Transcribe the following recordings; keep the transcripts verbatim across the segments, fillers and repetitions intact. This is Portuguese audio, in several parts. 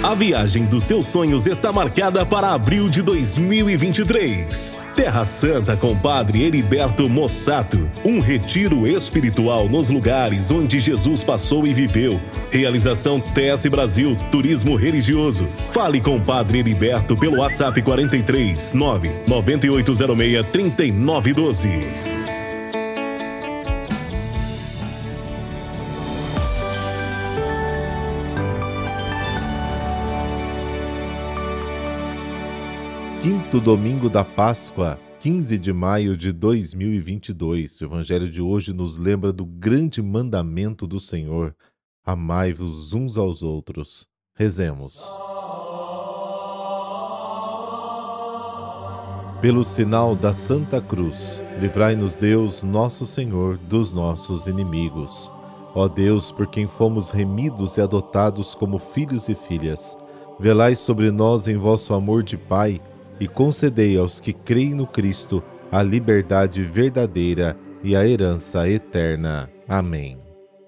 A viagem dos seus sonhos está marcada para abril de dois mil e vinte e três. Terra Santa com Padre Heriberto Mossato. Um retiro espiritual nos lugares onde Jesus passou e viveu. Realização T S Brasil Turismo Religioso. Fale com Padre Heriberto pelo WhatsApp quarenta e três, nove nove oito zero seis, três nove um dois. Quinto domingo da Páscoa, quinze de maio de dois mil e vinte e dois. O evangelho de hoje nos lembra do grande mandamento do Senhor: amai-vos uns aos outros. Rezemos. Pelo sinal da Santa Cruz, livrai-nos Deus, nosso Senhor, dos nossos inimigos. Ó Deus, por quem fomos remidos e adotados como filhos e filhas, velai sobre nós em vosso amor de Pai, e concedei aos que creem no Cristo a liberdade verdadeira e a herança eterna. Amém.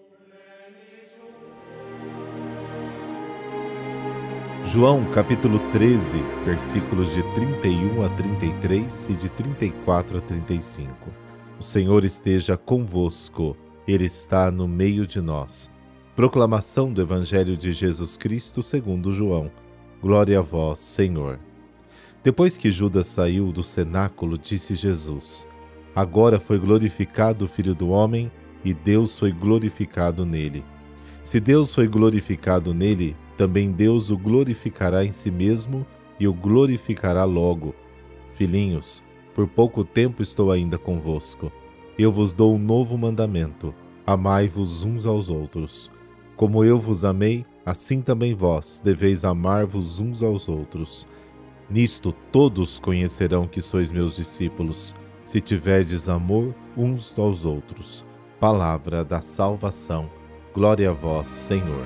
João capítulo treze, versículos de trinta e um a trinta e três e de trinta e quatro a trinta e cinco. O Senhor esteja convosco, Ele está no meio de nós. Proclamação do Evangelho de Jesus Cristo segundo João. Glória a vós, Senhor. Depois que Judas saiu do cenáculo, disse Jesus: agora foi glorificado o Filho do Homem, e Deus foi glorificado nele. Se Deus foi glorificado nele, também Deus o glorificará em si mesmo e o glorificará logo. Filhinhos, por pouco tempo estou ainda convosco. Eu vos dou um novo mandamento: amai-vos uns aos outros. Como eu vos amei, assim também vós deveis amar-vos uns aos outros. Nisto todos conhecerão que sois meus discípulos, se tiverdes amor uns aos outros. Palavra da salvação. Glória a vós, Senhor.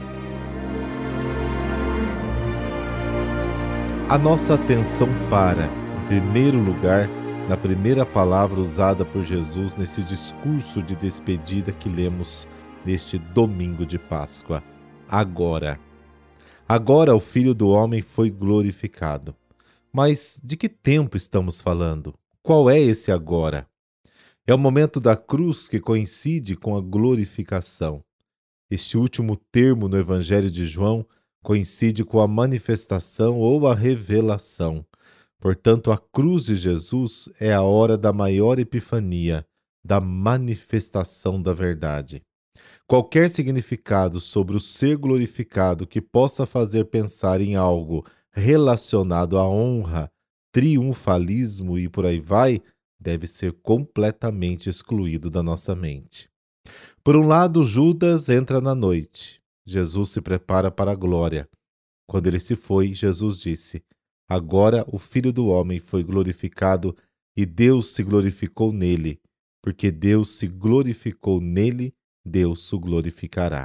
A nossa atenção para, em primeiro lugar, na primeira palavra usada por Jesus nesse discurso de despedida que lemos neste domingo de Páscoa. Agora. Agora o Filho do Homem foi glorificado. Mas de que tempo estamos falando? Qual é esse agora? É o momento da cruz que coincide com a glorificação. Este último termo no Evangelho de João coincide com a manifestação ou a revelação. Portanto, a cruz de Jesus é a hora da maior epifania, da manifestação da verdade. Qualquer significado sobre o ser glorificado que possa fazer pensar em algo relacionado à honra, triunfalismo e por aí vai, deve ser completamente excluído da nossa mente. Por um lado, Judas entra na noite. Jesus se prepara para a glória. Quando ele se foi, Jesus disse: agora o Filho do Homem foi glorificado e Deus se glorificou nele. Porque Deus se glorificou nele, Deus o glorificará.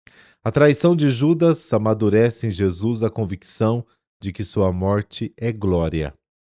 A traição de Judas amadurece em Jesus a convicção de que sua morte é glória.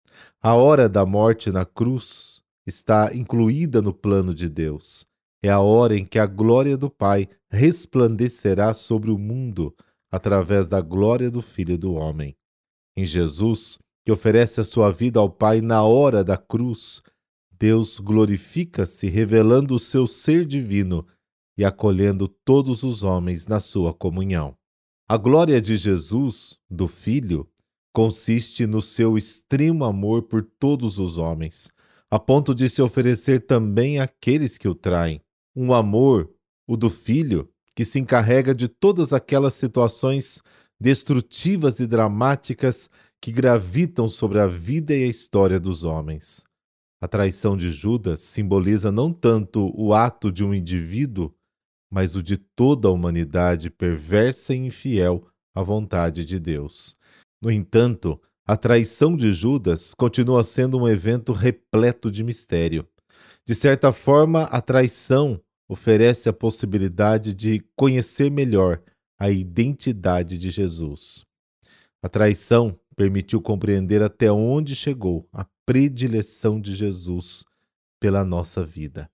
A hora da morte na cruz está incluída no plano de Deus. É a hora em que a glória do Pai resplandecerá sobre o mundo através da glória do Filho do Homem. Em Jesus, que oferece a sua vida ao Pai na hora da cruz, Deus glorifica-se revelando o seu ser divino e acolhendo todos os homens na sua comunhão. A glória de Jesus, do Filho, consiste no seu extremo amor por todos os homens, a ponto de se oferecer também àqueles que o traem. Um amor, o do Filho, que se encarrega de todas aquelas situações destrutivas e dramáticas que gravitam sobre a vida e a história dos homens. A traição de Judas simboliza não tanto o ato de um indivíduo, mas o de toda a humanidade perversa e infiel à vontade de Deus. No entanto, a traição de Judas continua sendo um evento repleto de mistério. De certa forma, a traição oferece a possibilidade de conhecer melhor a identidade de Jesus. A traição permitiu compreender até onde chegou a predileção de Jesus pela nossa vida.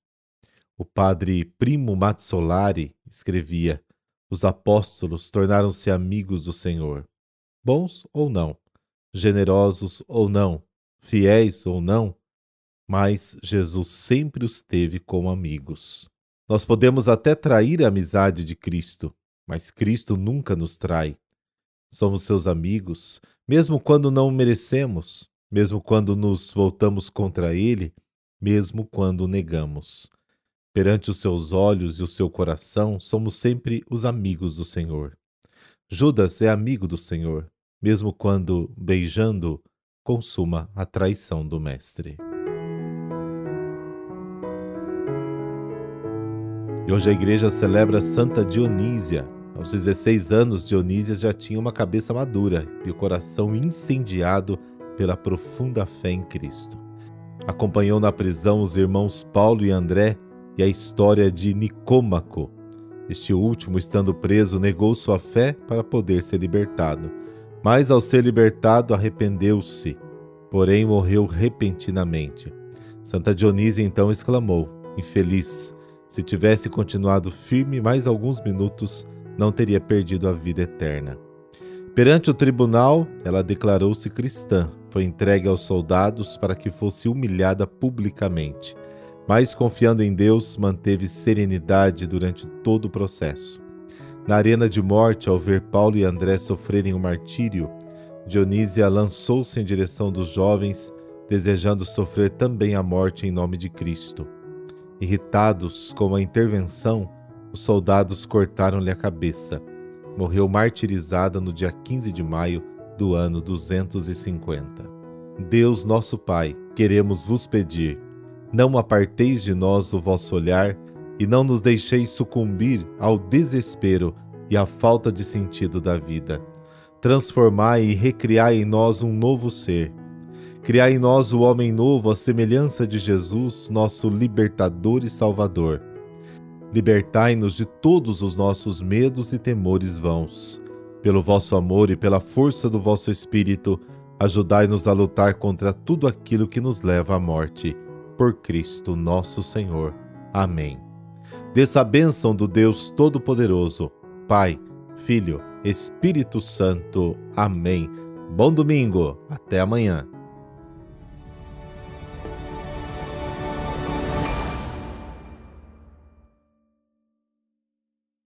O padre Primo Mazzolari escrevia: os apóstolos tornaram-se amigos do Senhor. bons ou não, generosos ou não, fiéis ou não, mas Jesus sempre os teve como amigos. Nós podemos até trair a amizade de Cristo, mas Cristo nunca nos trai. Somos seus amigos, mesmo quando não o merecemos, mesmo quando nos voltamos contra ele, mesmo quando o negamos. Perante os seus olhos e o seu coração, somos sempre os amigos do Senhor. Judas é amigo do Senhor, mesmo quando, beijando, consuma a traição do Mestre. E hoje a igreja celebra Santa Dionísia. Aos dezesseis anos, Dionísia já tinha uma cabeça madura e o coração incendiado pela profunda fé em Cristo. Acompanhou na prisão os irmãos Paulo e André e a história de Nicômaco. Este último, estando preso, negou sua fé para poder ser libertado. Mas, ao ser libertado, arrependeu-se, porém morreu repentinamente. Santa Dionísia então exclamou: infeliz, se tivesse continuado firme mais alguns minutos, não teria perdido a vida eterna. Perante o tribunal, ela declarou-se cristã, foi entregue aos soldados para que fosse humilhada publicamente, mas, confiando em Deus, manteve serenidade durante todo o processo. Na arena de morte, ao ver Paulo e André sofrerem o martírio, Dionísia lançou-se em direção dos jovens, desejando sofrer também a morte em nome de Cristo. Irritados com a intervenção, os soldados cortaram-lhe a cabeça. Morreu martirizada no dia quinze de maio do ano duzentos e cinquenta. Deus nosso Pai, queremos vos pedir, não aparteis de nós o vosso olhar e não nos deixeis sucumbir ao desespero e à falta de sentido da vida. Transformai e recriai em nós um novo ser. Criai em nós o homem novo à semelhança de Jesus, nosso libertador e salvador. Libertai-nos de todos os nossos medos e temores vãos. Pelo vosso amor e pela força do vosso Espírito, ajudai-nos a lutar contra tudo aquilo que nos leva à morte. Por Cristo nosso Senhor. Amém. Desça a bênção do Deus Todo-Poderoso, Pai, Filho, Espírito Santo. Amém. Bom domingo. Até amanhã.